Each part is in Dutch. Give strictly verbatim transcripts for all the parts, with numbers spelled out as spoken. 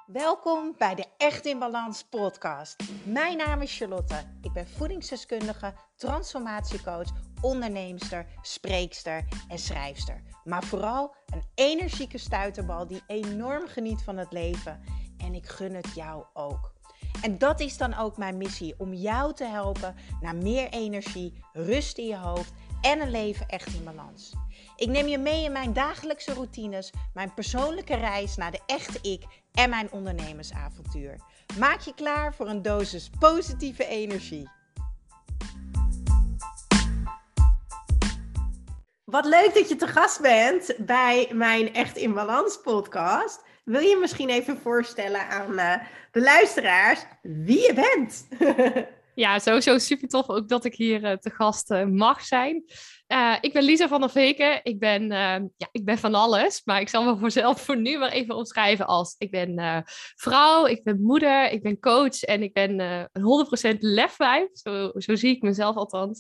Welkom bij de Echt in Balans podcast. Mijn naam is Charlotte. Ik ben voedingsdeskundige, transformatiecoach, onderneemster, spreekster en schrijfster. Maar vooral een energieke stuiterbal die enorm geniet van het leven. En ik gun het jou ook. En dat is dan ook mijn missie, om jou te helpen naar meer energie, rust in je hoofd en een leven echt in balans. Ik neem je mee in mijn dagelijkse routines, mijn persoonlijke reis naar de echte ik en mijn ondernemersavontuur. Maak je klaar voor een dosis positieve energie. Wat leuk dat je te gast bent bij mijn Echt in Balans podcast. Wil je misschien even voorstellen aan uh, de luisteraars wie je bent? Ja, sowieso super tof ook dat ik hier uh, te gast uh, mag zijn. Uh, ik ben Lisa van der Veken. Ik ben, uh, ja, ik ben van alles, maar ik zal me voor zelf voor nu maar even omschrijven als ik ben uh, vrouw, ik ben moeder, ik ben coach en ik ben uh, een honderd procent lefwijf. Zo, zo zie ik mezelf althans.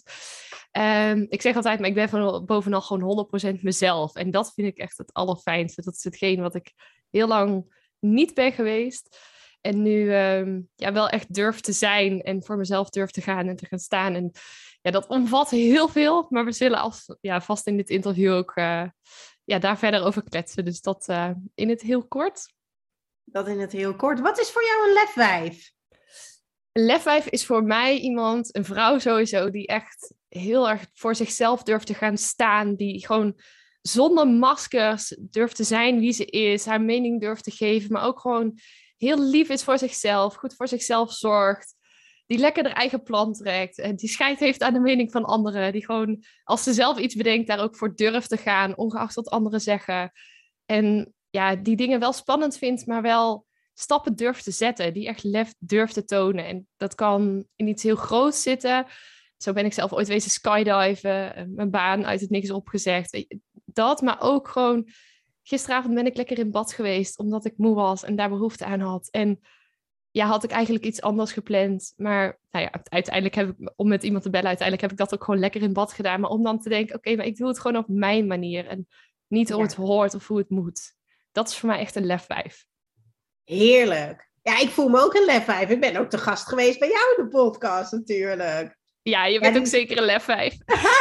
Um, ik zeg altijd, maar ik ben van bovenal gewoon honderd procent mezelf. En dat vind ik echt het allerfijnste. Dat is hetgeen wat ik heel lang niet ben geweest. En nu um, ja, wel echt durf te zijn en voor mezelf durf te gaan en te gaan staan. En ja, dat omvat heel veel, maar we zullen als, ja, vast in dit interview ook uh, ja, daar verder over kletsen. Dus dat uh, in het heel kort. Dat in het heel kort. Wat is voor jou een lefwijf? Een lefwijf is voor mij iemand, een vrouw sowieso, die echt heel erg voor zichzelf durft te gaan staan. Die gewoon zonder maskers durft te zijn wie ze is, haar mening durft te geven, maar ook gewoon heel lief is voor zichzelf, goed voor zichzelf zorgt, die lekker haar eigen plan trekt, en die scheid heeft aan de mening van anderen, die gewoon, als ze zelf iets bedenkt, daar ook voor durft te gaan, ongeacht wat anderen zeggen. En ja, die dingen wel spannend vindt, maar wel stappen durft te zetten, die echt lef durft te tonen. En dat kan in iets heel groots zitten. Zo ben ik zelf ooit wezen skydiven, mijn baan uit het niks opgezegd. Dat, maar ook gewoon, gisteravond ben ik lekker in bad geweest, omdat ik moe was en daar behoefte aan had. En ja, had ik eigenlijk iets anders gepland. Maar nou ja, uiteindelijk heb ik, om met iemand te bellen, uiteindelijk heb ik dat ook gewoon lekker in bad gedaan. Maar om dan te denken, oké, okay, maar ik doe het gewoon op mijn manier. En niet hoe ja. het hoort of hoe het moet. Dat is voor mij echt een lefwijf. Heerlijk. Ja, ik voel me ook een lefwijf. Ik ben ook te gast geweest bij jou in de podcast natuurlijk. Ja, je bent ja, die... ook zeker een lefwijf.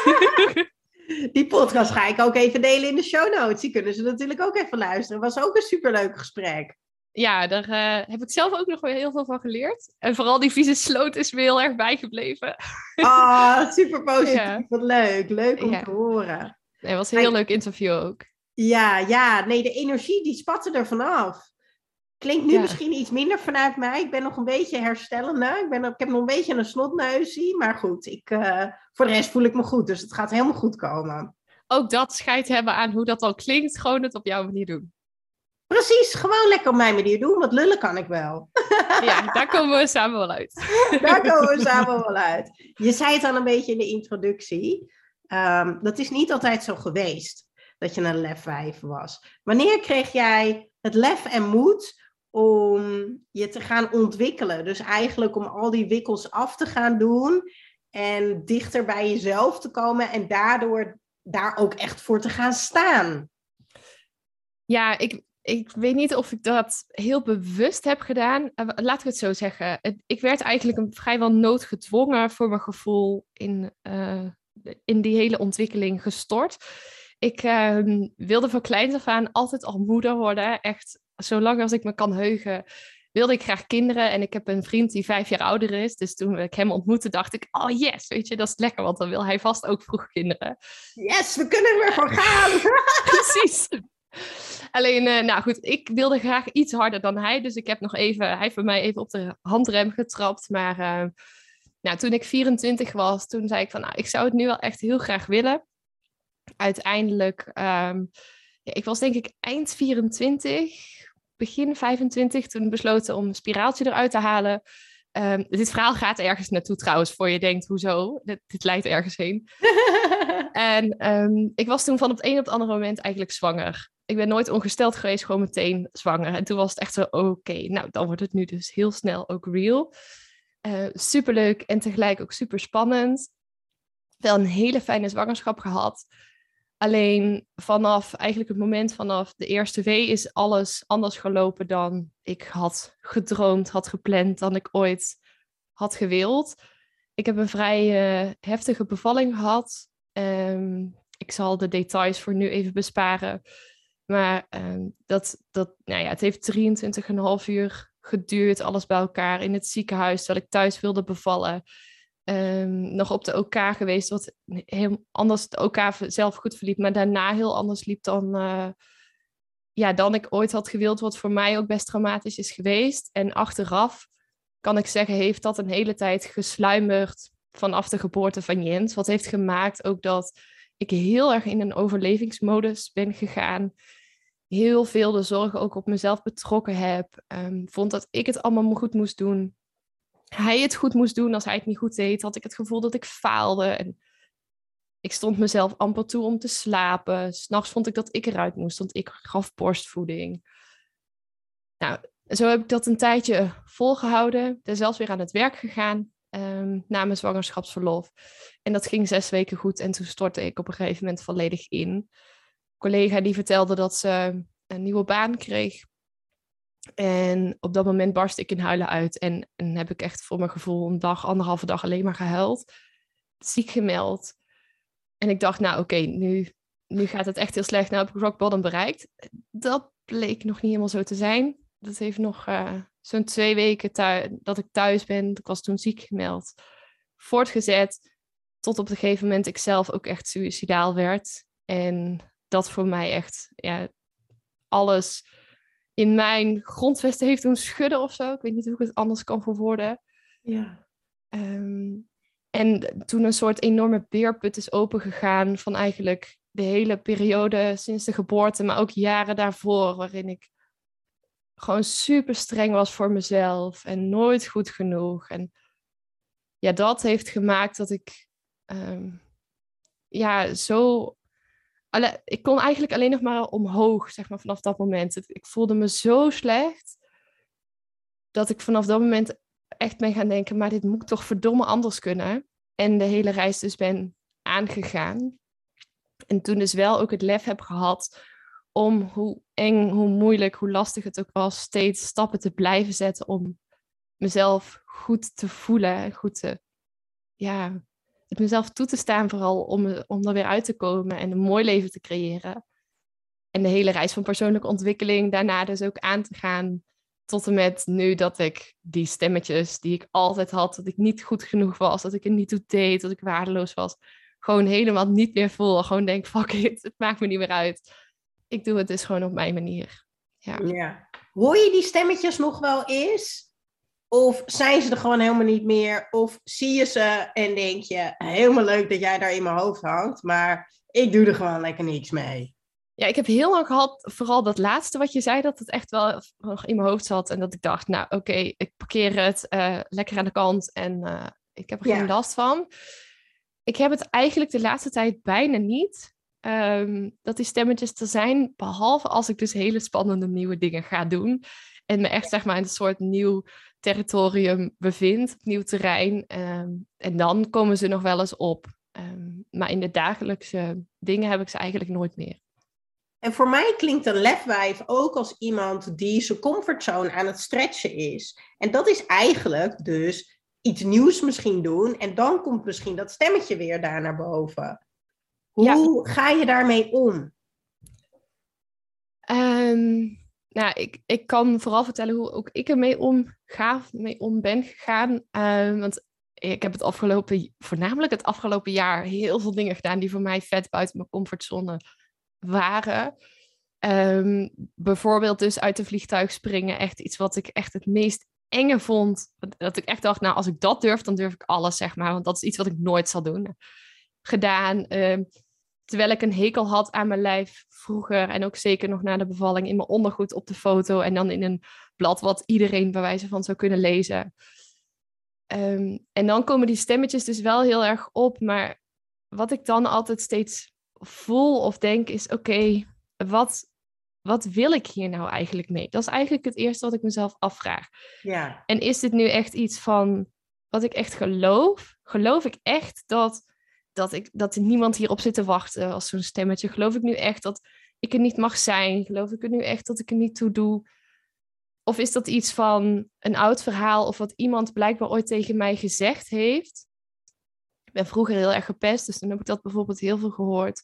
Die podcast ga ik ook even delen in de show notes. Die kunnen ze natuurlijk ook even luisteren. Was ook een superleuk gesprek. Ja, daar uh, heb ik zelf ook nog weer heel veel van geleerd. En vooral die vieze sloot is me heel erg bijgebleven. Ah, oh, super positief. Ja. Wat leuk. Leuk om ja. te horen. Nee, het was een heel maar... leuk interview ook. Ja, ja. Nee, de energie die spatte er vanaf. Klinkt nu ja. misschien iets minder vanuit mij. Ik ben nog een beetje herstellende. Ik, ben, ik heb nog een beetje een snotneusie. Maar goed, ik, uh, voor de rest voel ik me goed. Dus het gaat helemaal goed komen. Ook dat schijt hebben aan hoe dat al klinkt. Gewoon het op jouw manier doen. Precies, gewoon lekker op mijn manier doen. Want lullen kan ik wel. Ja, daar komen we samen wel uit. Daar komen we samen wel uit. Je zei het al een beetje in de introductie. Um, dat is niet altijd zo geweest. Dat je een lefwijf was. Wanneer kreeg jij het lef en moed om je te gaan ontwikkelen? Dus eigenlijk om al die wikkels af te gaan doen. En dichter bij jezelf te komen. En daardoor daar ook echt voor te gaan staan. Ja, ik... Ik weet niet of ik dat heel bewust heb gedaan. Uh, laat ik het zo zeggen. Ik werd eigenlijk een, vrijwel noodgedwongen voor mijn gevoel in, uh, in die hele ontwikkeling gestort. Ik uh, wilde van kleins af aan altijd al moeder worden. Echt, zolang als ik me kan heugen, wilde ik graag kinderen. En ik heb een vriend die vijf jaar ouder is. Dus toen ik hem ontmoette, dacht ik, oh yes, weet je, dat is lekker. Want dan wil hij vast ook vroeg kinderen. Yes, we kunnen er weer voor gaan. Precies. Alleen, uh, nou goed, ik wilde graag iets harder dan hij. Dus ik heb nog even, hij heeft bij mij even op de handrem getrapt. Maar uh, nou, toen ik vierentwintig was, toen zei ik van, nou, ik zou het nu wel echt heel graag willen. Uiteindelijk, um, ja, ik was denk ik eind vierentwintig, begin vijfentwintig, toen besloten om een spiraaltje eruit te halen. Um, dit verhaal gaat ergens naartoe trouwens, voor je denkt, hoezo? Dit, dit leidt ergens heen. En um, ik was toen van op het een op het andere moment eigenlijk zwanger. Ik ben nooit ongesteld geweest, gewoon meteen zwanger. En toen was het echt zo, oké, okay, nou dan wordt het nu dus heel snel ook real. Uh, superleuk en tegelijk ook super spannend. Wel een hele fijne zwangerschap gehad. Alleen vanaf eigenlijk het moment vanaf de eerste wee is alles anders gelopen dan ik had gedroomd, had gepland, dan ik ooit had gewild. Ik heb een vrij uh, heftige bevalling gehad. Um, ik zal de details voor nu even besparen. Maar um, dat, dat, nou ja, het heeft drieëntwintig komma vijf uur geduurd, alles bij elkaar in het ziekenhuis, dat ik thuis wilde bevallen. Um, nog op de O K geweest, wat heel anders de O K zelf goed verliep, maar daarna heel anders liep dan, uh, ja, dan ik ooit had gewild, wat voor mij ook best traumatisch is geweest. En achteraf kan ik zeggen, heeft dat een hele tijd gesluimerd vanaf de geboorte van Jens. Wat heeft gemaakt ook dat ik heel erg in een overlevingsmodus ben gegaan. Heel veel de zorgen ook op mezelf betrokken heb. Um, vond dat ik het allemaal goed moest doen. Hij het goed moest doen. Als hij het niet goed deed, had ik het gevoel dat ik faalde. En ik stond mezelf amper toe om te slapen. 's Nachts vond ik dat ik eruit moest, want ik gaf borstvoeding. Nou, zo heb ik dat een tijdje volgehouden. Ben zelfs weer aan het werk gegaan um, na mijn zwangerschapsverlof. En dat ging zes weken goed. En toen stortte ik op een gegeven moment volledig in. Een collega die vertelde dat ze een nieuwe baan kreeg. En op dat moment barstte ik in huilen uit. En, en heb ik echt voor mijn gevoel een dag, anderhalve dag alleen maar gehuild. Ziek gemeld. En ik dacht, nou oké, okay, nu, nu gaat het echt heel slecht. Nou heb ik rock bottom bereikt. Dat bleek nog niet helemaal zo te zijn. Dat heeft nog uh, zo'n twee weken thuis, dat ik thuis ben. Ik was toen ziek gemeld. Voortgezet. Tot op een gegeven moment ik zelf ook echt suïcidaal werd. En dat voor mij echt ja, alles in mijn grondvesten heeft doen schudden of zo. Ik weet niet hoe ik het anders kan verwoorden. Ja. Um, en toen een soort enorme beerput is opengegaan van eigenlijk de hele periode sinds de geboorte, maar ook jaren daarvoor, waarin ik gewoon super streng was voor mezelf en nooit goed genoeg. En ja, dat heeft gemaakt dat ik um, ja, zo... Alle, ik kon eigenlijk alleen nog maar omhoog, zeg maar, vanaf dat moment. Ik voelde me zo slecht dat ik vanaf dat moment echt ben gaan denken, maar dit moet toch verdomme anders kunnen. En de hele reis dus ben aangegaan. En toen dus wel ook het lef heb gehad om, hoe eng, hoe moeilijk, hoe lastig het ook was, steeds stappen te blijven zetten om mezelf goed te voelen en goed te, ja, het mezelf toe te staan vooral om, om er weer uit te komen en een mooi leven te creëren. En de hele reis van persoonlijke ontwikkeling daarna dus ook aan te gaan. Tot en met nu dat ik die stemmetjes die ik altijd had, dat ik niet goed genoeg was, dat ik het niet toe deed, dat ik waardeloos was, gewoon helemaal niet meer voel. Gewoon denk, fuck it, het maakt me niet meer uit. Ik doe het dus gewoon op mijn manier. Ja. Ja. Hoor je die stemmetjes nog wel eens? Of zijn ze er gewoon helemaal niet meer? Of zie je ze en denk je, helemaal leuk dat jij daar in mijn hoofd hangt, maar ik doe er gewoon lekker niks mee. Ja, ik heb heel lang gehad, vooral dat laatste wat je zei, dat het echt wel nog in mijn hoofd zat. En dat ik dacht, nou oké, okay, ik parkeer het uh, lekker aan de kant en uh, ik heb er ja. geen last van. Ik heb het eigenlijk de laatste tijd bijna niet, um, dat die stemmetjes er zijn, behalve als ik dus hele spannende nieuwe dingen ga doen. En me echt zeg maar in een soort nieuw territorium bevind, nieuw terrein. Um, en dan komen ze nog wel eens op. Um, maar in de dagelijkse dingen heb ik ze eigenlijk nooit meer. En voor mij klinkt een lefwijf ook als iemand die zijn comfortzone aan het stretchen is. En dat is eigenlijk dus iets nieuws misschien doen. En dan komt misschien dat stemmetje weer daar naar boven. Hoe ja. ga je daarmee om? Um, nou, ik, ik kan vooral vertellen hoe ook ik ermee omga, mee om ben gegaan. Um, want ik heb het afgelopen, voornamelijk het afgelopen jaar heel veel dingen gedaan die voor mij vet buiten mijn comfortzone waren. Um, bijvoorbeeld dus uit een vliegtuig springen. Echt iets wat ik echt het meest enge vond. Dat ik echt dacht, nou als ik dat durf, dan durf ik alles, zeg maar. Want dat is iets wat ik nooit zal doen. Gedaan. Um, terwijl ik een hekel had aan mijn lijf vroeger. En ook zeker nog na de bevalling in mijn ondergoed op de foto. En dan in een blad wat iedereen bij wijze van zou kunnen lezen. Um, en dan komen die stemmetjes dus wel heel erg op. Maar wat ik dan altijd steeds voel of denk is, oké, okay, wat, wat wil ik hier nou eigenlijk mee? Dat is eigenlijk het eerste wat ik mezelf afvraag. Ja. En is dit nu echt iets van wat ik echt geloof? Geloof ik echt dat dat, ik, dat er niemand hierop zit te wachten als zo'n stemmetje? Geloof ik nu echt dat ik er niet mag zijn? Geloof ik er nu echt dat ik er niet toe doe? Of is dat iets van een oud verhaal of wat iemand blijkbaar ooit tegen mij gezegd heeft? Ik ben vroeger heel erg gepest, dus toen heb ik dat bijvoorbeeld heel veel gehoord.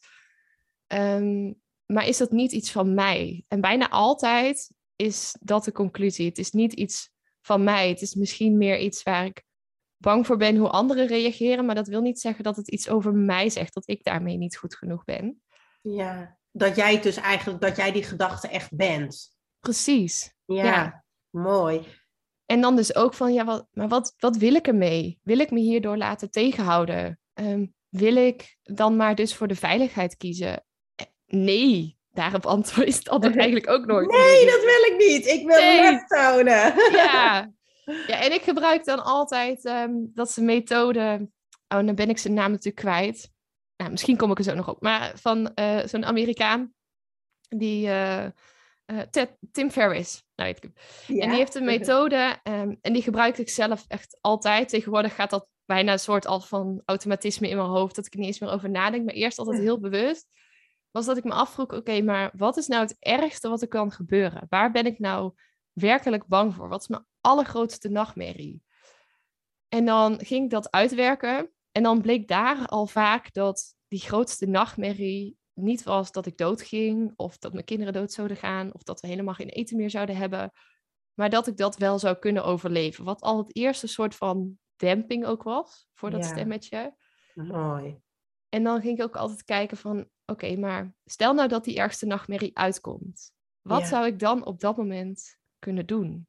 Um, maar is dat niet iets van mij? En bijna altijd is dat de conclusie. Het is niet iets van mij. Het is misschien meer iets waar ik bang voor ben hoe anderen reageren. Maar dat wil niet zeggen dat het iets over mij zegt. Dat ik daarmee niet goed genoeg ben. Ja, dat jij het dus eigenlijk, dat jij die gedachte echt bent. Precies. Ja, ja. Mooi. En dan dus ook van, ja, wat, maar wat, wat wil ik ermee? Wil ik me hierdoor laten tegenhouden? Um, wil ik dan maar dus voor de veiligheid kiezen? Nee, daarop antwoord is het altijd eigenlijk ook nooit. Nee, dat wil ik niet. Ik wil nee. lef tonen. Ja. ja, en ik gebruik dan altijd um, dat is een methode. Oh, dan ben ik zijn naam natuurlijk kwijt. Nou, misschien kom ik er zo nog op. Maar van uh, zo'n Amerikaan, die uh, uh, Ted, Tim Ferriss. Nou, weet ik. Ja. En die heeft een methode um, en die gebruik ik zelf echt altijd. Tegenwoordig gaat dat bijna een soort al van automatisme in mijn hoofd, dat ik er niet eens meer over nadenk. Maar eerst altijd heel bewust. Was dat ik me afvroeg, oké, okay, maar wat is nou het ergste wat er kan gebeuren? Waar ben ik nou werkelijk bang voor? Wat is mijn allergrootste nachtmerrie? En dan ging ik dat uitwerken. En dan bleek daar al vaak dat die grootste nachtmerrie niet was dat ik doodging, of dat mijn kinderen dood zouden gaan, of dat we helemaal geen eten meer zouden hebben. Maar dat ik dat wel zou kunnen overleven. Wat al het eerste soort van demping ook was voor dat ja. stemmetje. Mooi. En dan ging ik ook altijd kijken van, oké, okay, maar stel nou dat die ergste nachtmerrie uitkomt. Wat ja. zou ik dan op dat moment kunnen doen?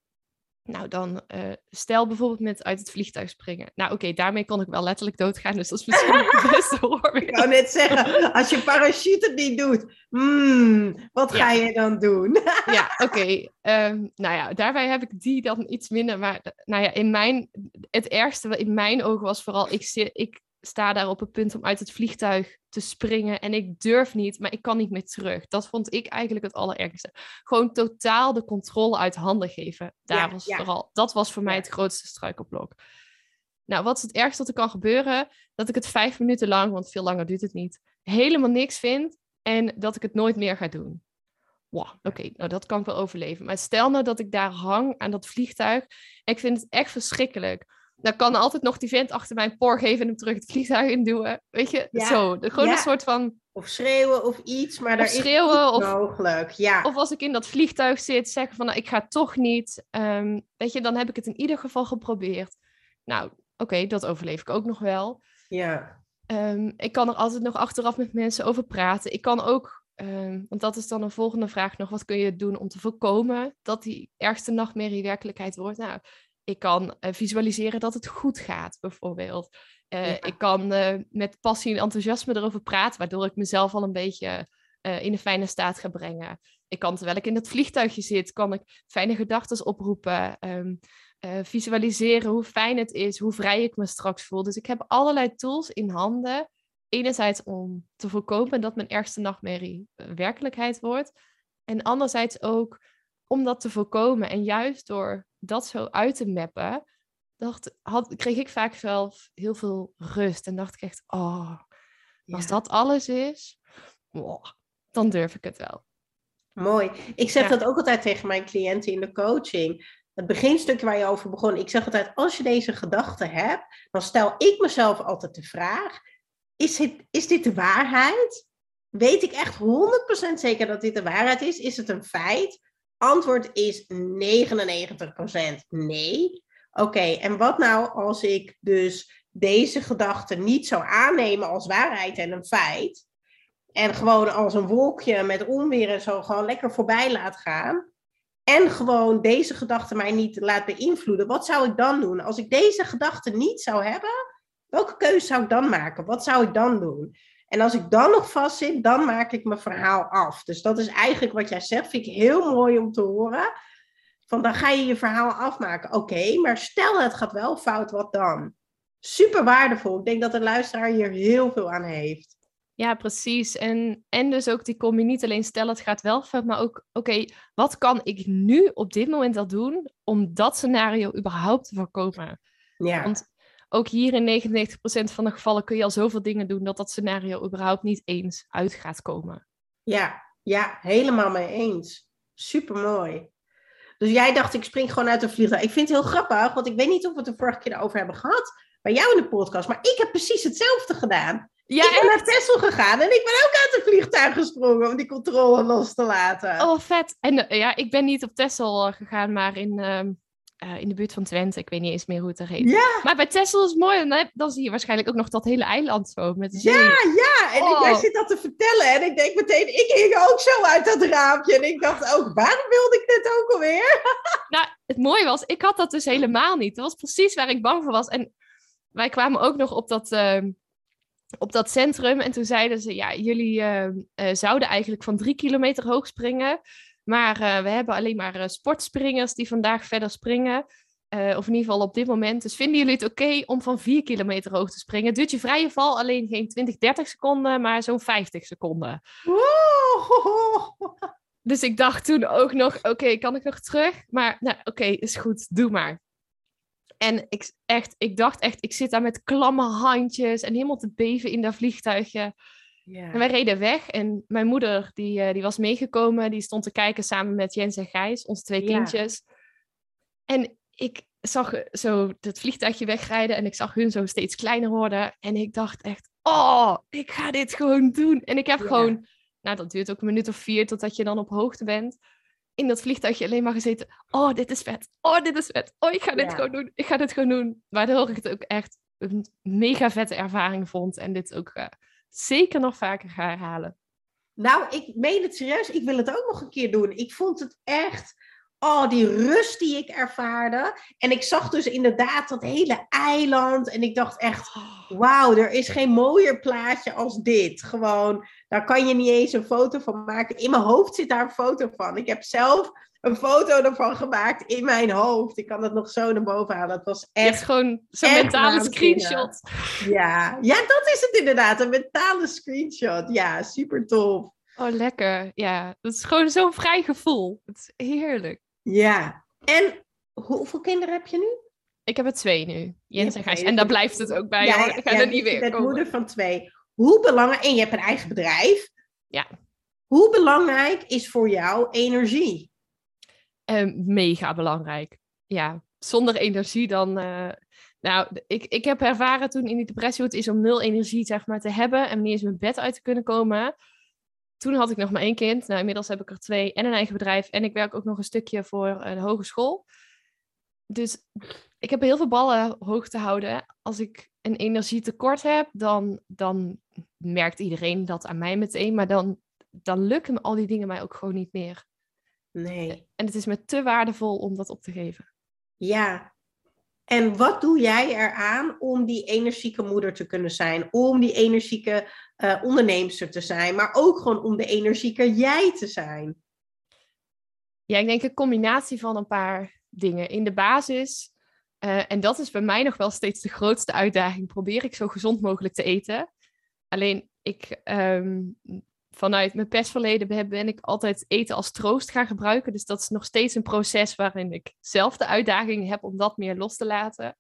Nou, dan uh, stel bijvoorbeeld met uit het vliegtuig springen. Nou, oké, okay, daarmee kon ik wel letterlijk doodgaan, dus dat is misschien het beste voorbeeld. Ik wou net zeggen, als je parachute het niet doet, hmm, wat ga ja. je dan doen? Ja, oké. Okay. Um, nou ja, daarbij heb ik die dan iets minder. Maar nou ja, in mijn, het ergste in mijn ogen was vooral, ik, zit, ik sta daar op het punt om uit het vliegtuig te springen en ik durf niet, maar ik kan niet meer terug. Dat vond ik eigenlijk het allerergste. Gewoon totaal de controle uit handen geven. Daar ja, was ja. vooral, dat was voor mij ja. het grootste struikelblok. Nou, wat is het ergste wat er kan gebeuren? Dat ik het vijf minuten lang, want veel langer duurt het niet, helemaal niks vind en dat ik het nooit meer ga doen. Wow, oké, okay, nou dat kan ik wel overleven. Maar stel nou dat ik daar hang aan dat vliegtuig en ik vind het echt verschrikkelijk. Dan kan altijd nog die vent achter mijn poor geven en hem terug het vliegtuig in duwen. Weet je, ja, zo. Gewoon ja. een soort van... Of schreeuwen of iets, maar daar of schreeuwen, is of, mogelijk. Ja. Of als ik in dat vliegtuig zit, zeggen van, nou, ik ga toch niet. Um, weet je, dan heb ik het in ieder geval geprobeerd. Nou, oké, okay, dat overleef ik ook nog wel. Ja. Um, ik kan er altijd nog achteraf met mensen over praten. Ik kan ook, um, want dat is dan een volgende vraag nog, wat kun je doen om te voorkomen dat die ergste nachtmerrie werkelijkheid wordt? Nou... Ik kan uh, visualiseren dat het goed gaat, bijvoorbeeld. Uh, ja. Ik kan uh, met passie en enthousiasme erover praten, waardoor ik mezelf al een beetje uh, in een fijne staat ga brengen. Ik kan, terwijl ik in dat vliegtuigje zit, kan ik fijne gedachten oproepen. Um, uh, visualiseren hoe fijn het is, hoe vrij ik me straks voel. Dus ik heb allerlei tools in handen. Enerzijds om te voorkomen dat mijn ergste nachtmerrie uh, werkelijkheid wordt. En anderzijds ook om dat te voorkomen. En juist door dat zo uit te mappen, dacht, had, kreeg ik vaak zelf heel veel rust. En dacht ik echt, oh, als ja. dat alles is, oh, dan durf ik het wel. Mooi. Ik zeg ja. dat ook altijd tegen mijn cliënten in de coaching. Het beginstukje waar je over begon. Ik zeg altijd, als je deze gedachten hebt, dan stel ik mezelf altijd de vraag, is, het, is dit de waarheid? Weet ik echt honderd procent zeker dat dit de waarheid is? Is het een feit? Antwoord is negenennegentig procent nee. Oké, okay, en wat nou als ik dus deze gedachte niet zou aannemen als waarheid en een feit, en gewoon als een wolkje met onweer en zo gewoon lekker voorbij laat gaan, en gewoon deze gedachte mij niet laat beïnvloeden, wat zou ik dan doen? Als ik deze gedachte niet zou hebben, welke keuze zou ik dan maken? Wat zou ik dan doen? En als ik dan nog vastzit, dan maak ik mijn verhaal af. Dus dat is eigenlijk wat jij zegt, vind ik heel mooi om te horen. Van dan ga je je verhaal afmaken. Oké, okay, maar stel het gaat wel fout, wat dan? Super waardevol. Ik denk dat de luisteraar hier heel veel aan heeft. Ja, precies. En, en dus ook die combi, niet alleen stel het gaat wel fout, maar ook, oké, okay, wat kan ik nu op dit moment al doen om dat scenario überhaupt te voorkomen? Ja. Want ook hier in negenennegentig procent van de gevallen kun je al zoveel dingen doen dat dat scenario überhaupt niet eens uit gaat komen. Ja, ja, helemaal mee eens. Supermooi. Dus jij dacht, ik spring gewoon uit een vliegtuig. Ik vind het heel grappig, want ik weet niet of we het de vorige keer over hebben gehad bij jou in de podcast, maar ik heb precies hetzelfde gedaan. Ja, ik ben naar Texel gegaan en ik ben ook uit een vliegtuig gesprongen om die controle los te laten. Oh, vet. En uh, ja, ik ben niet op Texel uh, gegaan, maar in, uh, uh, in de buurt van Twente. Ik weet niet eens meer hoe het er heet. Ja. Maar bij Texel is het mooi. Dan, dan zie je waarschijnlijk ook nog dat hele eiland zo met zee. Ja, ja. En oh. ik, jij zit dat te vertellen en ik denk meteen, ik hing ook zo uit dat raampje. En ik dacht ook, waarom wilde ik dit ook alweer? Nou, het mooie was, ik had dat dus helemaal niet. Dat was precies waar ik bang voor was. En wij kwamen ook nog op dat... Uh, op dat centrum. En toen zeiden ze, ja, jullie uh, uh, zouden eigenlijk van drie kilometer hoog springen. Maar uh, we hebben alleen maar uh, sportspringers die vandaag verder springen. Uh, of in ieder geval op dit moment. Dus vinden jullie het oké okay om van vier kilometer hoog te springen? Het duurt je vrije val alleen geen twintig, dertig seconden, maar zo'n vijftig seconden. Wow. Dus ik dacht toen ook nog, oké, okay, kan ik nog terug? Maar nou, oké, okay, is goed, doe maar. En ik, echt, ik dacht echt, ik zit daar met klamme handjes en helemaal te beven in dat vliegtuigje. Yeah. En wij reden weg en mijn moeder, die, uh, die was meegekomen, die stond te kijken samen met Jens en Gijs, onze twee yeah. kindjes. En ik zag zo dat vliegtuigje wegrijden en ik zag hun zo steeds kleiner worden. En ik dacht echt, oh, ik ga dit gewoon doen. En ik heb yeah. gewoon, nou dat duurt ook een minuut of vier totdat je dan op hoogte bent. In dat vliegtuigje alleen maar gezeten. Oh, dit is vet. Oh, dit is vet. Oh, ik ga dit ja. gewoon doen. Ik ga dit gewoon doen. Waardoor ik het ook echt een mega vette ervaring vond. En dit ook uh, zeker nog vaker ga herhalen. Nou, ik meen het serieus. Ik wil het ook nog een keer doen. Ik vond het echt... Oh, die rust die ik ervaarde. En ik zag dus inderdaad dat hele eiland. En ik dacht echt, wauw, er is geen mooier plaatje als dit. Gewoon, daar kan je niet eens een foto van maken. In mijn hoofd zit daar een foto van. Ik heb zelf een foto ervan gemaakt in mijn hoofd. Ik kan het nog zo naar boven halen. Het was echt... Je hebt gewoon zo'n mentale screenshot. Ja. ja, dat is het inderdaad. Een mentale screenshot. Ja, super tof. Oh, lekker. Ja, dat is gewoon zo'n vrij gevoel. Het is heerlijk. Ja, en hoeveel kinderen heb je nu? Ik heb er twee nu, Jens en Gijs. En daar blijft het ook bij, ja, hoor. Ik ga ja, er niet weer komen. Je bent komen. moeder van twee. Hoe belangrijk, en je hebt een eigen bedrijf. Ja. Hoe belangrijk is voor jou energie? Uh, mega belangrijk. Ja, zonder energie dan... Uh, nou, ik, ik heb ervaren toen in die depressie hoe het is om nul energie zeg maar, te hebben en niet eens mijn bed uit te kunnen komen. Toen had ik nog maar één kind. Nou, inmiddels heb ik er twee en een eigen bedrijf. En ik werk ook nog een stukje voor uh, de hogeschool. Dus ik heb heel veel ballen hoog te houden. Als ik een energietekort heb, dan, dan merkt iedereen dat aan mij meteen. Maar dan, dan lukken me al die dingen mij ook gewoon niet meer. Nee. En het is me te waardevol om dat op te geven. Ja. En wat doe jij eraan om die energieke moeder te kunnen zijn? Om die energieke uh, onderneemster te zijn? Maar ook gewoon om de energieke jij te zijn? Ja, ik denk een combinatie van een paar dingen. In de basis, uh, en dat is bij mij nog wel steeds de grootste uitdaging, probeer ik zo gezond mogelijk te eten. Alleen ik... Um, Vanuit mijn persverleden ben, ben ik altijd eten als troost gaan gebruiken. Dus dat is nog steeds een proces waarin ik zelf de uitdaging heb om dat meer los te laten.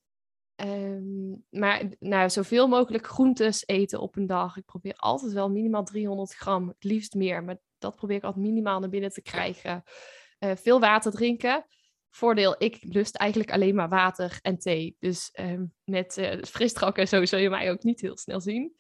Um, maar nou, zoveel mogelijk groentes eten op een dag. Ik probeer altijd wel minimaal driehonderd gram, het liefst meer. Maar dat probeer ik altijd minimaal naar binnen te krijgen. Uh, veel water drinken. Voordeel, ik lust eigenlijk alleen maar water en thee. Dus um, met uh, frisdrank en zo zul je mij ook niet heel snel zien.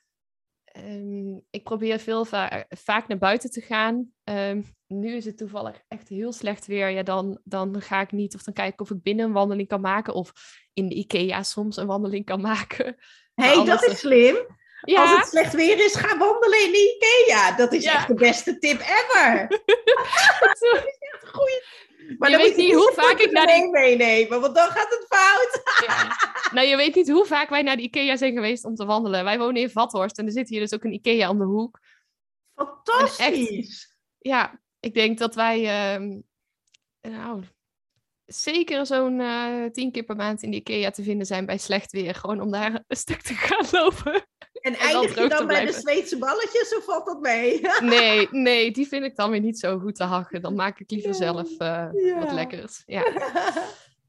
Um, ik probeer veel va- vaak naar buiten te gaan. Um, nu is het toevallig echt heel slecht weer. Ja, dan, dan ga ik niet of dan kijk ik of ik binnen een wandeling kan maken. Of in de IKEA soms een wandeling kan maken. Hé, hey, dat is slim. Ja? Als het slecht weer is, ga wandelen in de IKEA. Dat is ja. echt de beste tip ever. Dat is echt een goede. Maar je dan weet moet je niet hoe vaak ik naar die... meenemen, want dan gaat het fout. Ja. Nou, je weet niet hoe vaak wij naar de IKEA zijn geweest om te wandelen. Wij wonen in Vathorst en er zit hier dus ook een IKEA om de hoek. Fantastisch. Echt, ja, ik denk dat wij um, nou, zeker zo'n uh, tien keer per maand in de IKEA te vinden zijn bij slecht weer. Gewoon om daar een stuk te gaan lopen. En, en eindig je dan bij de Zweedse balletjes of valt dat mee? Nee, nee, die vind ik dan weer niet zo goed te hakken. Dan maak ik liever ja. zelf uh, ja. wat lekkers. Ja.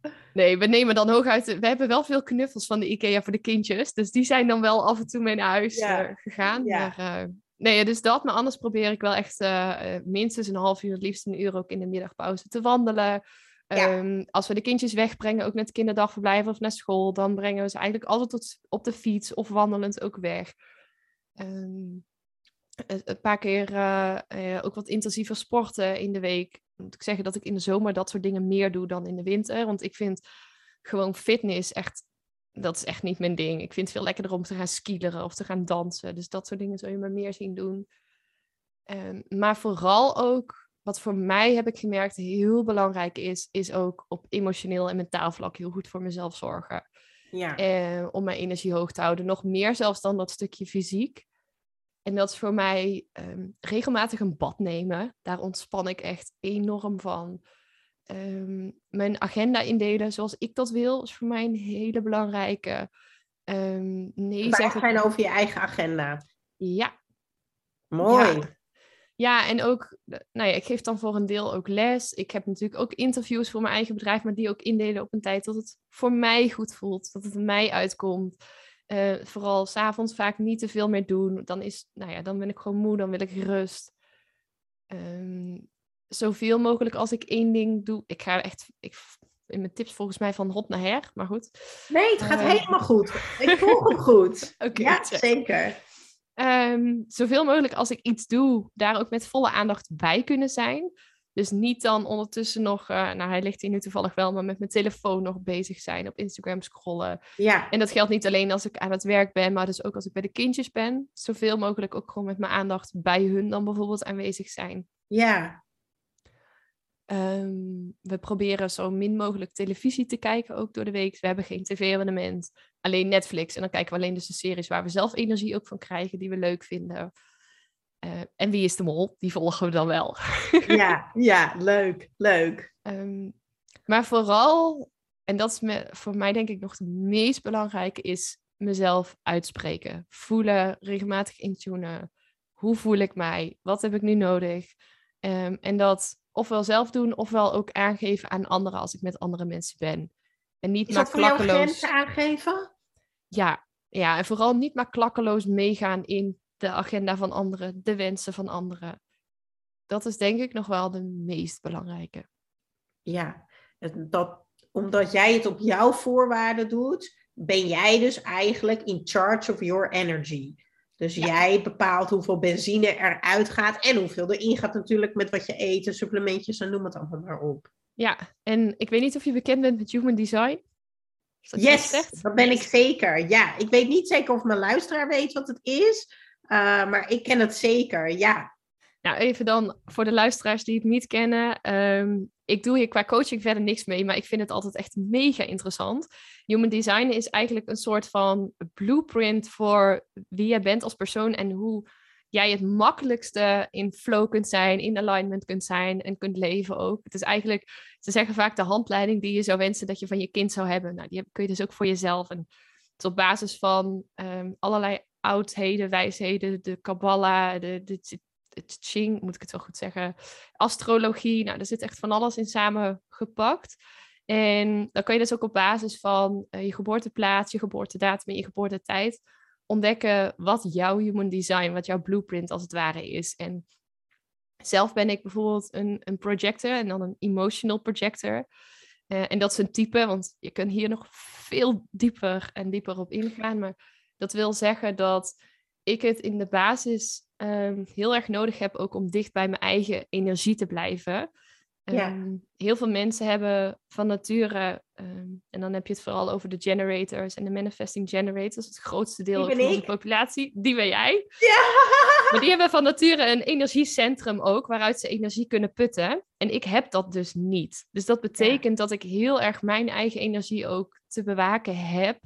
Nee, we nemen dan hooguit... We hebben wel veel knuffels van de IKEA voor de kindjes. Dus die zijn dan wel af en toe mee naar huis Ja. uh, gegaan. Ja. Maar uh, nee, dus dat. Maar anders probeer ik wel echt uh, minstens een half uur, het liefst een uur ook in de middagpauze te wandelen. Ja. Um, als we de kindjes wegbrengen, ook naar het kinderdagverblijf of naar school, dan brengen we ze eigenlijk altijd tot, op de fiets of wandelend ook weg. Um, een paar keer uh, uh, ook wat intensiever sporten in de week. Moet ik zeggen dat ik in de zomer dat soort dingen meer doe dan in de winter. Want ik vind gewoon fitness echt, dat is echt niet mijn ding. Ik vind het veel lekkerder om te gaan skileren of te gaan dansen. Dus dat soort dingen zul je me meer zien doen. Um, maar vooral ook, wat voor mij heb ik gemerkt heel belangrijk is, is ook op emotioneel en mentaal vlak heel goed voor mezelf zorgen. Ja. Uh, om mijn energie hoog te houden. Nog meer zelfs dan dat stukje fysiek. En dat is voor mij um, regelmatig een bad nemen. Daar ontspan ik echt enorm van. Um, mijn agenda indelen zoals ik dat wil, is voor mij een hele belangrijke. Um, nee Wij zeggen... zijn over je eigen agenda. Ja. Mooi. Ja. Ja, en ook, nou ja, ik geef dan voor een deel ook les. Ik heb natuurlijk ook interviews voor mijn eigen bedrijf, maar die ook indelen op een tijd dat het voor mij goed voelt, dat het mij uitkomt. Uh, vooral 's avonds vaak niet te veel meer doen. Dan, is, nou ja, dan ben ik gewoon moe, dan wil ik rust. Um, zoveel mogelijk als ik één ding doe. Ik ga echt, ik, in mijn tips volgens mij van hot naar her, maar goed. Nee, het gaat uh, helemaal goed. Ik volg hem goed. Okay, ja, check. zeker. Um, zoveel mogelijk als ik iets doe, daar ook met volle aandacht bij kunnen zijn. Dus niet dan ondertussen nog, uh, nou hij ligt hier nu toevallig wel, maar met mijn telefoon nog bezig zijn, op Instagram scrollen. Ja. En dat geldt niet alleen als ik aan het werk ben, maar dus ook als ik bij de kindjes ben. Zoveel mogelijk ook gewoon met mijn aandacht bij hun dan bijvoorbeeld aanwezig zijn. Ja. Um, we proberen zo min mogelijk televisie te kijken, ook door de week. We hebben geen tv-abonnement, alleen Netflix. En dan kijken we alleen dus de series waar we zelf energie ook van krijgen, die we leuk vinden. Uh, en Wie is de Mol? Die volgen we dan wel. ja, ja, leuk, leuk. Um, maar vooral, en dat is me, voor mij denk ik nog het meest belangrijke, is mezelf uitspreken. Voelen, regelmatig intunen. Hoe voel ik mij? Wat heb ik nu nodig? Um, en dat ofwel zelf doen, ofwel ook aangeven aan anderen als ik met andere mensen ben. En niet is maar dat voor jou klakkeloos... grenzen aangeven? Ja, ja, en vooral niet maar klakkeloos meegaan in de agenda van anderen, de wensen van anderen. Dat is denk ik nog wel de meest belangrijke. Ja, dat, omdat jij het op jouw voorwaarden doet, ben jij dus eigenlijk in charge of your energy. Dus ja. Jij bepaalt hoeveel benzine eruit gaat en hoeveel erin gaat natuurlijk met wat je eet, supplementjes en noem het allemaal maar op. Ja, en ik weet niet of je bekend bent met Human Design. Dat yes, dat, dat ben ik zeker. Ja, ik weet niet zeker of mijn luisteraar weet wat het is, uh, maar ik ken het zeker, ja. Nou, even dan voor de luisteraars die het niet kennen. Um, ik doe hier qua coaching verder niks mee, maar ik vind het altijd echt mega interessant. Human Design is eigenlijk een soort van blueprint voor wie jij bent als persoon en hoe jij het makkelijkste in flow kunt zijn, in alignment kunt zijn en kunt leven ook. Het is eigenlijk, ze zeggen vaak de handleiding die je zou wensen dat je van je kind zou hebben. Nou, die kun je dus ook voor jezelf. En het is op basis van um, allerlei oudheden, wijsheden, de Kabbalah, de, de het Ching, moet ik het wel goed zeggen, astrologie, nou, er zit echt van alles in samengepakt. En dan kan je dus ook op basis van uh, je geboorteplaats, je geboortedatum en je geboortetijd ontdekken wat jouw human design, wat jouw blueprint als het ware is. En zelf ben ik bijvoorbeeld een, een projector en dan een emotional projector. Uh, en dat is een type, want je kunt hier nog veel dieper en dieper op ingaan, maar dat wil zeggen dat ik het in de basis um, heel erg nodig heb ook om dicht bij mijn eigen energie te blijven. Um, Ja. Heel veel mensen hebben van nature, um, en dan heb je het vooral over de generators en de manifesting generators, het grootste deel van onze populatie, die ben jij. Ja. Maar die hebben van nature een energiecentrum ook, waaruit ze energie kunnen putten. En ik heb dat dus niet. Dus dat betekent ja. dat ik heel erg mijn eigen energie ook te bewaken heb.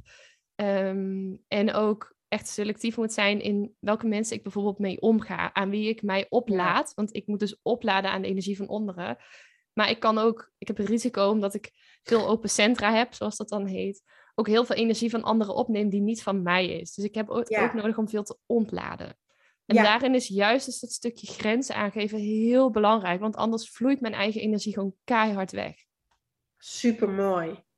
Um, en ook echt selectief moet zijn in welke mensen ik bijvoorbeeld mee omga. Aan wie ik mij oplaad. Ja. Want ik moet dus opladen aan de energie van anderen. Maar ik kan ook, ik heb een risico omdat ik veel open centra heb, zoals dat dan heet. Ook heel veel energie van anderen opneem die niet van mij is. Dus ik heb ook, ja. ook nodig om veel te ontladen. En ja. daarin is juist dus dat stukje grenzen aangeven heel belangrijk. Want anders vloeit mijn eigen energie gewoon keihard weg. Supermooi.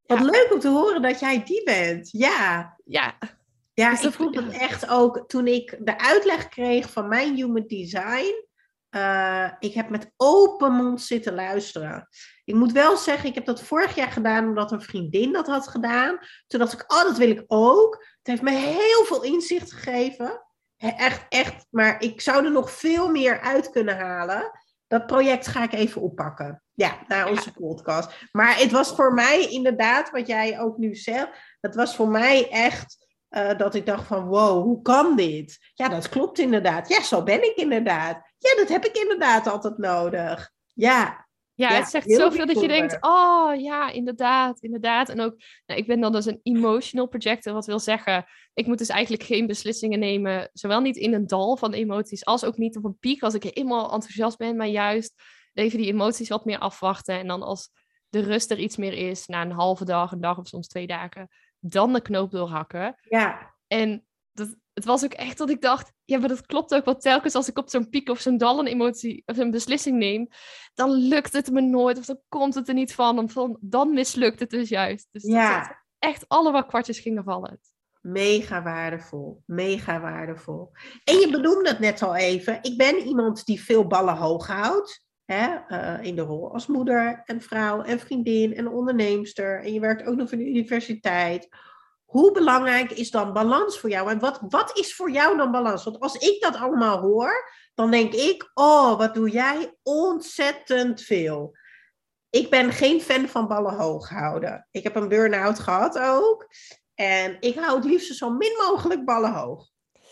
Wat Ja. leuk om te horen dat jij die bent. Ja. Ja. Ja, Dus ik dat- vond het echt ook, toen ik de uitleg kreeg van mijn human design, uh, ik heb met open mond zitten luisteren. Ik moet wel zeggen, ik heb dat vorig jaar gedaan, omdat een vriendin dat had gedaan. Toen dacht ik, oh, dat wil ik ook. Het heeft me heel veel inzicht gegeven. Echt, echt, maar ik zou er nog veel meer uit kunnen halen. Dat project ga ik even oppakken. Ja, naar onze ja. podcast. Maar het was voor mij inderdaad, wat jij ook nu zegt, dat was voor mij echt... Uh, dat ik dacht van, wow, hoe kan dit? Ja, dat klopt inderdaad. Ja, zo ben ik inderdaad. Ja, dat heb ik inderdaad altijd nodig. Ja. Ja, ja het zegt zoveel dat je denkt, oh ja, inderdaad, inderdaad. En ook, nou, ik ben dan dus een emotional projector, wat wil zeggen, ik moet dus eigenlijk geen beslissingen nemen, zowel niet in een dal van emoties, als ook niet op een piek, als ik helemaal enthousiast ben, maar juist even die emoties wat meer afwachten. En dan als de rust er iets meer is, na een halve dag, een dag of soms twee dagen, dan de knoop doorhakken. Ja. En dat, het was ook echt dat ik dacht, ja, maar dat klopt ook, want telkens als ik op zo'n piek of zo'n dal een emotie of een beslissing neem, dan lukt het me nooit, of dan komt het er niet van, of dan, dan mislukt het dus juist. Dus ja. dat, dat echt alle kwartjes gingen vallen. Mega waardevol, mega waardevol. En je benoemde het net al even, ik ben iemand die veel ballen hoog houdt. Hè, uh, in de rol als moeder en vrouw en vriendin en onderneemster. En je werkt ook nog in de universiteit. Hoe belangrijk is dan balans voor jou? En wat, wat is voor jou dan balans? Want als ik dat allemaal hoor, dan denk ik, oh, wat doe jij ontzettend veel. Ik ben geen fan van ballen hoog houden. Ik heb een burn-out gehad ook. En ik hou het liefst zo min mogelijk ballen hoog.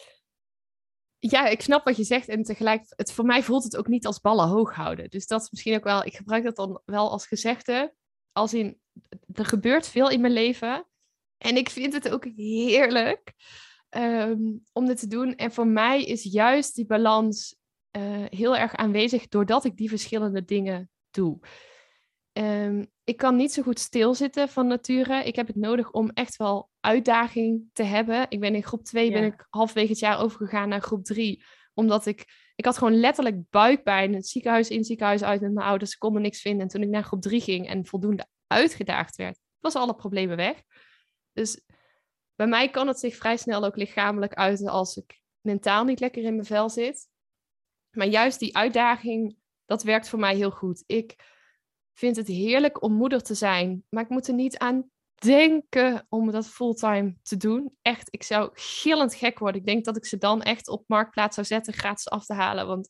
Ja, ik snap wat je zegt en tegelijk, het, voor mij voelt het ook niet als ballen hoog houden. Dus dat is misschien ook wel, ik gebruik dat dan wel als gezegde, als in, er gebeurt veel in mijn leven en ik vind het ook heerlijk um, om dit te doen. En voor mij is juist die balans uh, heel erg aanwezig doordat ik die verschillende dingen doe. Um, ik kan niet zo goed stilzitten van nature. Ik heb het nodig om echt wel uitdaging te hebben. Ik ben in groep twee, ja. ben ik halverwege het jaar overgegaan naar groep drie. Omdat ik, ik had gewoon letterlijk buikpijn. Het ziekenhuis in, ziekenhuis uit met mijn ouders. Ze konden niks vinden. En toen ik naar groep drie ging en voldoende uitgedaagd werd, was alle problemen weg. Dus bij mij kan het zich vrij snel ook lichamelijk uiten als ik mentaal niet lekker in mijn vel zit. Maar juist die uitdaging, dat werkt voor mij heel goed. Ik vind het heerlijk om moeder te zijn, maar ik moet er niet aan denken om dat fulltime te doen. Echt, ik zou gillend gek worden. Ik denk dat ik ze dan echt op Marktplaats zou zetten, gratis af te halen. Want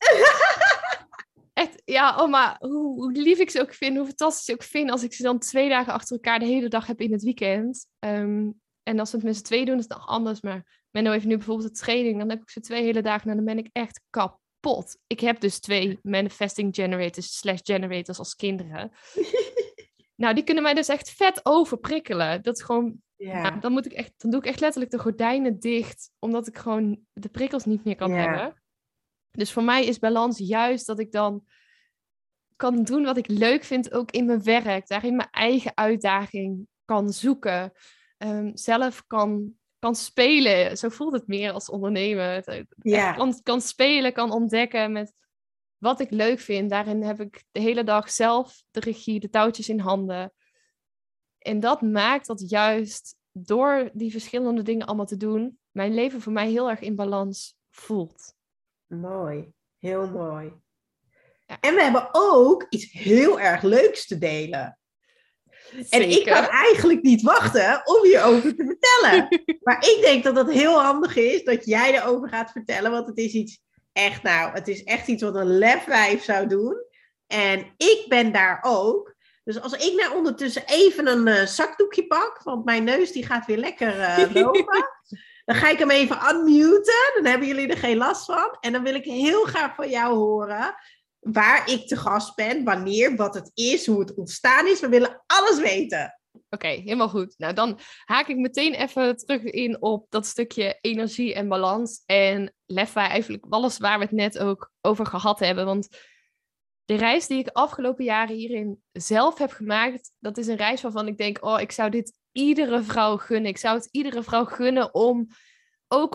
echt, ja, oma, hoe, hoe lief ik ze ook vind, hoe fantastisch ik ook vind, als ik ze dan twee dagen achter elkaar de hele dag heb in het weekend. Um, en als we het met z'n twee doen, is het nog anders. Maar Menno heeft nu bijvoorbeeld de training, dan heb ik ze twee hele dagen en dan ben ik echt kap. Pot. Ik heb dus twee manifesting generators slash generators als kinderen. Nou, die kunnen mij dus echt vet overprikkelen. Dat is gewoon, ja. nou, dan moet ik echt, dan doe ik echt letterlijk de gordijnen dicht, omdat ik gewoon de prikkels niet meer kan ja. hebben. Dus voor mij is balans juist dat ik dan kan doen wat ik leuk vind, ook in mijn werk, daarin mijn eigen uitdaging kan zoeken, um, zelf kan kan spelen. Zo voelt het meer als ondernemer. Ja. Kan, kan spelen, kan ontdekken met wat ik leuk vind. Daarin heb ik de hele dag zelf de regie, de touwtjes in handen. En dat maakt dat juist door die verschillende dingen allemaal te doen, mijn leven voor mij heel erg in balans voelt. Mooi. Heel mooi. Ja. En we hebben ook iets heel erg leuks te delen. Zeker. En ik kan eigenlijk niet wachten om hierover te vertellen. Maar ik denk dat het heel handig is dat jij erover gaat vertellen. Want het is iets echt, nou, het is echt iets wat een lefwijf zou doen. En ik ben daar ook. Dus als ik nou ondertussen even een uh, zakdoekje pak, want mijn neus die gaat weer lekker uh, lopen. Dan ga ik hem even unmuten. Dan hebben jullie er geen last van. En dan wil ik heel graag van jou horen waar ik te gast ben, wanneer, wat het is, hoe het ontstaan is. We willen alles weten. Oké, okay, helemaal goed. Nou, dan haak ik meteen even terug in op dat stukje energie en balans. En lefwijf, eigenlijk alles waar we het net ook over gehad hebben. Want de reis die ik afgelopen jaren hierin zelf heb gemaakt, dat is een reis waarvan ik denk, oh, ik zou dit iedere vrouw gunnen. Ik zou het iedere vrouw gunnen om ook op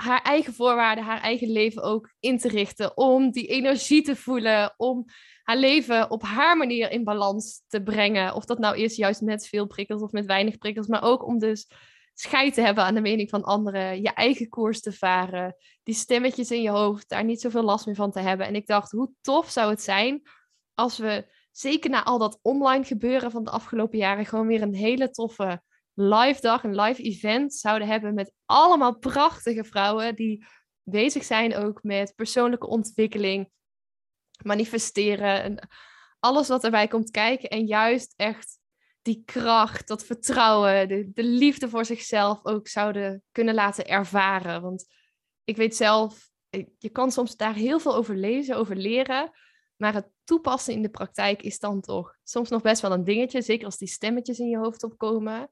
haar eigen voorwaarden, haar eigen leven ook in te richten. Om die energie te voelen, om haar leven op haar manier in balans te brengen. Of dat nou is juist met veel prikkels of met weinig prikkels. Maar ook om dus scheid te hebben aan de mening van anderen. Je eigen koers te varen. Die stemmetjes in je hoofd, daar niet zoveel last meer van te hebben. En ik dacht, hoe tof zou het zijn als we, zeker na al dat online gebeuren van de afgelopen jaren, gewoon weer een hele toffe live dag, een live event zouden hebben met allemaal prachtige vrouwen die bezig zijn ook met persoonlijke ontwikkeling, manifesteren en alles wat erbij komt kijken. En juist echt die kracht, dat vertrouwen, de, de liefde voor zichzelf ook zouden kunnen laten ervaren. Want ik weet zelf, je kan soms daar heel veel over lezen, over leren, maar het toepassen in de praktijk is dan toch soms nog best wel een dingetje, zeker als die stemmetjes in je hoofd opkomen.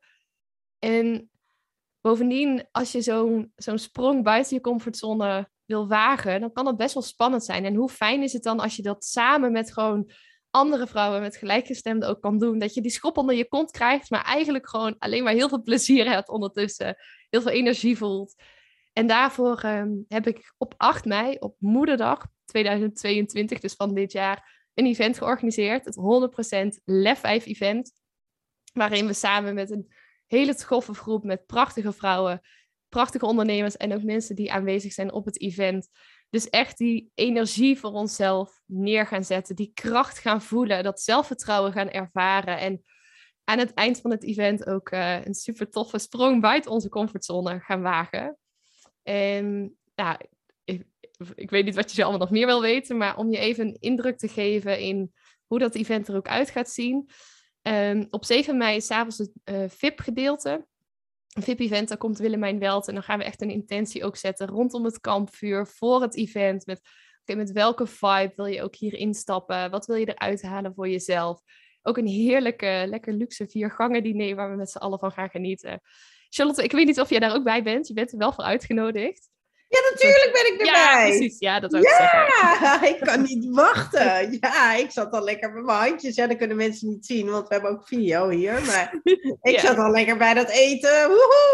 En bovendien, als je zo'n zo'n sprong buiten je comfortzone wil wagen, dan kan dat best wel spannend zijn. En hoe fijn is het dan als je dat samen met gewoon andere vrouwen met gelijkgestemden ook kan doen. Dat je die schop onder je kont krijgt, maar eigenlijk gewoon alleen maar heel veel plezier hebt ondertussen. Heel veel energie voelt. En daarvoor um, heb ik op acht mei, op Moederdag tweeduizend tweeëntwintig, dus van dit jaar, een event georganiseerd. Het honderd procent Lef vijf event. Waarin we samen met een hele toffe groep met prachtige vrouwen, prachtige ondernemers en ook mensen die aanwezig zijn op het event. Dus echt die energie voor onszelf neer gaan zetten, die kracht gaan voelen, dat zelfvertrouwen gaan ervaren. En aan het eind van het event ook uh, een super toffe sprong buiten onze comfortzone gaan wagen. En ja, ik, ik weet niet wat je zo allemaal nog meer wil weten, maar om je even een indruk te geven in hoe dat event er ook uit gaat zien. Um, op zeven mei is 's avonds het uh, V I P-gedeelte. Een V I P-event, daar komt Willemijn Welt. En dan gaan we echt een intentie ook zetten rondom het kampvuur, voor het event. Met, okay, met welke vibe wil je ook hier instappen? Wat wil je eruit halen voor jezelf? Ook een heerlijke, lekker luxe viergangen diner waar we met z'n allen van gaan genieten. Charlotte, ik weet niet of jij daar ook bij bent. Je bent er wel voor uitgenodigd. Ja, natuurlijk ben ik erbij. Ja, precies. Ja, dat zou ik zeggen. Ja, ik kan niet wachten. Ja, ik zat al lekker met mijn handjes. Ja, dat kunnen mensen niet zien, want we hebben ook video hier. Maar ik Ja. zat al lekker bij dat eten.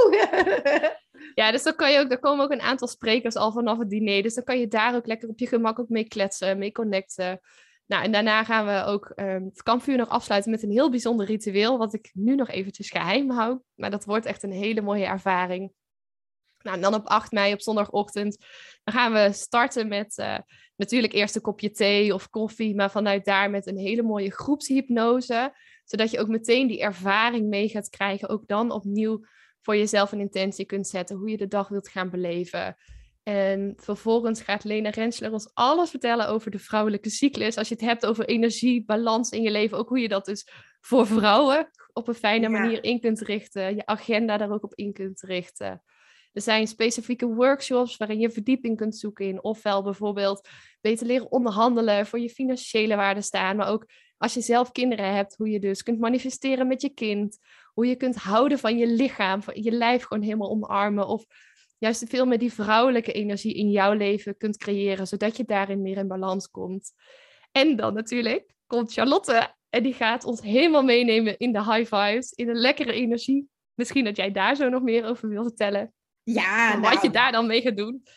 Woehoe! Ja, dus dan kan je ook, er komen ook een aantal sprekers al vanaf het diner. Dus dan kan je daar ook lekker op je gemak ook mee kletsen, mee connecten. Nou, en daarna gaan we ook um, het kampvuur nog afsluiten met een heel bijzonder ritueel, wat ik nu nog eventjes geheim hou. Maar dat wordt echt een hele mooie ervaring. Nou, en dan op acht mei op zondagochtend, dan gaan we starten met uh, natuurlijk eerst een kopje thee of koffie, maar vanuit daar met een hele mooie groepshypnose, zodat je ook meteen die ervaring mee gaat krijgen, ook dan opnieuw voor jezelf een intentie kunt zetten, hoe je de dag wilt gaan beleven. En vervolgens gaat Lena Rensler ons alles vertellen over de vrouwelijke cyclus. Als je het hebt over energie, balans in je leven, ook hoe je dat dus voor vrouwen op een fijne Ja. manier in kunt richten, je agenda daar ook op in kunt richten. Er zijn specifieke workshops waarin je verdieping kunt zoeken in. Ofwel bijvoorbeeld beter leren onderhandelen, voor je financiële waarde staan. Maar ook als je zelf kinderen hebt, hoe je dus kunt manifesteren met je kind. Hoe je kunt houden van je lichaam, van je lijf gewoon helemaal omarmen. Of juist veel meer die vrouwelijke energie in jouw leven kunt creëren, zodat je daarin meer in balans komt. En dan natuurlijk komt Charlotte en die gaat ons helemaal meenemen in de high vibes, in de lekkere energie. Misschien dat jij daar zo nog meer over wil vertellen. Ja, Wat nou, je daar dan mee gaat doen.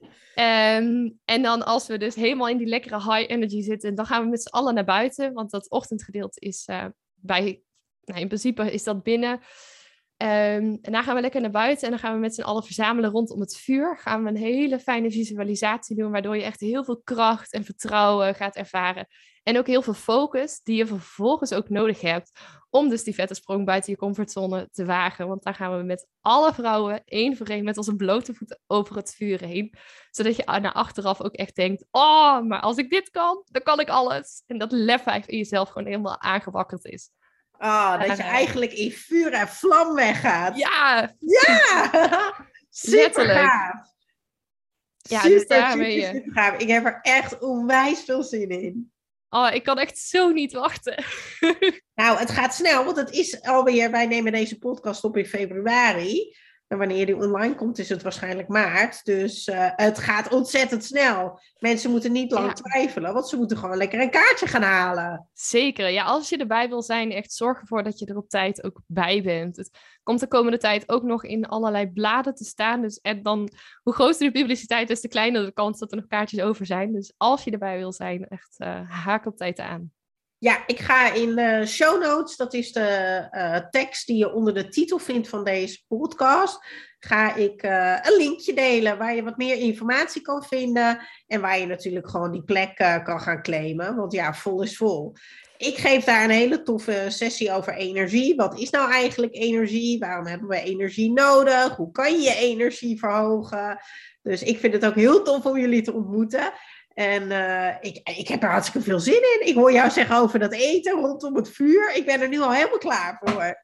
Um, en dan als we dus helemaal in die lekkere high energy zitten, dan gaan we met z'n allen naar buiten. Want dat ochtendgedeelte is uh, bij, nou in principe is dat binnen. Um, en dan gaan we lekker naar buiten en dan gaan we met z'n allen verzamelen rondom het vuur. Gaan we een hele fijne visualisatie doen, waardoor je echt heel veel kracht en vertrouwen gaat ervaren. En ook heel veel focus, die je vervolgens ook nodig hebt om dus die vette sprong buiten je comfortzone te wagen. Want daar gaan we met alle vrouwen, één voor één, met onze blote voeten over het vuur heen. Zodat je naar achteraf ook echt denkt, oh, maar als ik dit kan, dan kan ik alles. En dat lef vijf in jezelf gewoon helemaal aangewakkerd is. Oh, dat je eigenlijk in vuur en vlam weggaat. Ja! Ja! Super Letterlijk. gaaf. Ja, super, dus daar super, ben je. super gaaf. Ik heb er echt onwijs veel zin in. Oh, ik kan echt zo niet wachten. Nou, het gaat snel, want het is alweer, wij nemen deze podcast op in februari. En wanneer die online komt, is het waarschijnlijk maart. Dus uh, het gaat ontzettend snel. Mensen moeten niet lang Ja. twijfelen, want ze moeten gewoon lekker een kaartje gaan halen. Zeker. Ja, als je erbij wil zijn, echt zorg ervoor dat je er op tijd ook bij bent. Het komt de komende tijd ook nog in allerlei bladen te staan. Dus en dan, hoe groter de publiciteit, des te kleiner de kans dat er nog kaartjes over zijn. Dus als je erbij wil zijn, echt uh, haak op tijd aan. Ja, ik ga in de show notes, dat is de uh, tekst die je onder de titel vindt van deze podcast, ga ik uh, een linkje delen waar je wat meer informatie kan vinden en waar je natuurlijk gewoon die plek uh, kan gaan claimen, want ja, vol is vol. Ik geef daar een hele toffe sessie over energie. Wat is nou eigenlijk energie? Waarom hebben we energie nodig? Hoe kan je je energie verhogen? Dus ik vind het ook heel tof om jullie te ontmoeten. En uh, ik, ik heb er hartstikke veel zin in. Ik hoor jou zeggen over dat eten rondom het vuur. Ik ben er nu al helemaal klaar voor.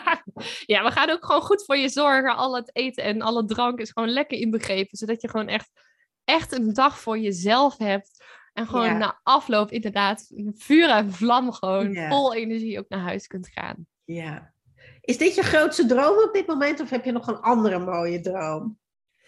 Ja, we gaan ook gewoon goed voor je zorgen. Al het eten en alle drank is gewoon lekker inbegrepen. Zodat je gewoon echt, echt een dag voor jezelf hebt. En gewoon ja. na afloop inderdaad vuur en vlam gewoon ja. vol energie ook naar huis kunt gaan. Ja. Is dit je grootste droom op dit moment? Of heb je nog een andere mooie droom?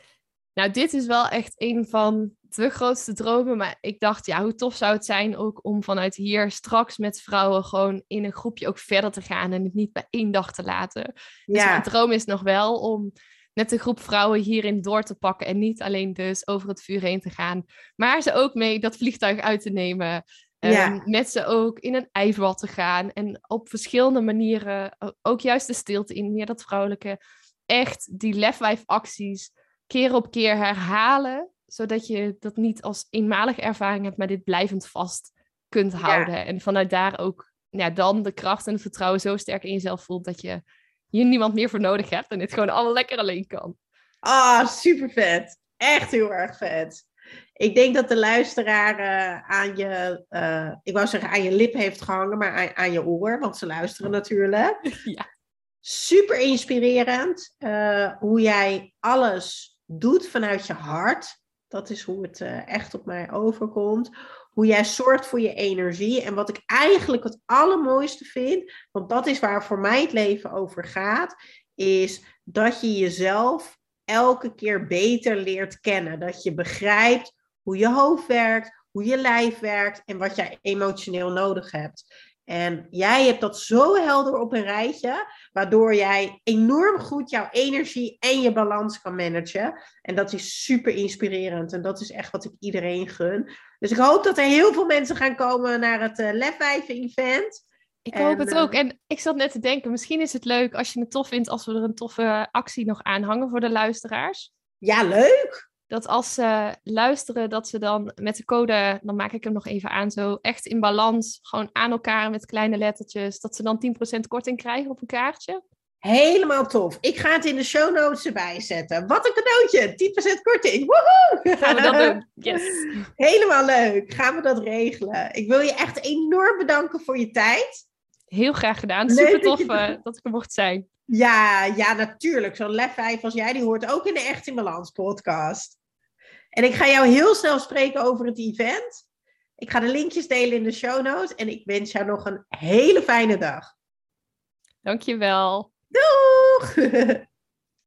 Nou, dit is wel echt een van de grootste dromen. Maar ik dacht, ja, hoe tof zou het zijn ook om vanuit hier straks met vrouwen gewoon in een groepje ook verder te gaan en het niet bij één dag te laten. Ja. Dus mijn droom is nog wel om met een groep vrouwen hierin door te pakken en niet alleen dus over het vuur heen te gaan, maar ze ook mee dat vliegtuig uit te nemen. Ja. Um, met ze ook in een ijsbad te gaan en op verschillende manieren, ook juist de stilte in, meer dat vrouwelijke, echt die lefwijfacties keer op keer herhalen, zodat je dat niet als eenmalige ervaring hebt, maar dit blijvend vast kunt houden. Ja. En vanuit daar ook ja, dan de kracht en het vertrouwen zo sterk in jezelf voelt, dat je hier niemand meer voor nodig hebt en dit gewoon allemaal lekker alleen kan. Ah, oh, super vet. Echt heel erg vet. Ik denk dat de luisteraar uh, aan je, uh, ik wou zeggen aan je lip heeft gehangen, maar aan, aan je oor, want ze luisteren natuurlijk. Ja. Super inspirerend. Uh, hoe jij alles doet vanuit je hart. Dat is hoe het uh, echt op mij overkomt. Hoe jij zorgt voor je energie. En wat ik eigenlijk het allermooiste vind, want dat is waar voor mij het leven over gaat, is dat je jezelf elke keer beter leert kennen. Dat je begrijpt hoe je hoofd werkt, hoe je lijf werkt en wat jij emotioneel nodig hebt. En jij hebt dat zo helder op een rijtje, waardoor jij enorm goed jouw energie en je balans kan managen. En dat is super inspirerend en dat is echt wat ik iedereen gun. Dus ik hoop dat er heel veel mensen gaan komen naar het uh, Lefwijven-event. Ik hoop en, het ook. En ik zat net te denken, misschien is het leuk als je het tof vindt als we er een toffe actie nog aan hangen voor de luisteraars. Ja, leuk! Dat als ze luisteren, dat ze dan met de code, dan maak ik hem nog even aan, zo echt in balans, gewoon aan elkaar met kleine lettertjes, dat ze dan tien procent korting krijgen op een kaartje. Helemaal tof. Ik ga het in de show notes erbij zetten. Wat een cadeautje, tien procent korting. Woehoe! Gaan we dat doen? Yes. Helemaal leuk. Gaan we dat regelen. Ik wil je echt enorm bedanken voor je tijd. Heel graag gedaan. Super tof uh, dat ik er mocht zijn. Ja, ja, natuurlijk. Zo'n lefwijf als jij, die hoort ook in de Echt in Balans podcast. En ik ga jou heel snel spreken over het event. Ik ga de linkjes delen in de show notes. En ik wens jou nog een hele fijne dag. Dankjewel. Doeg!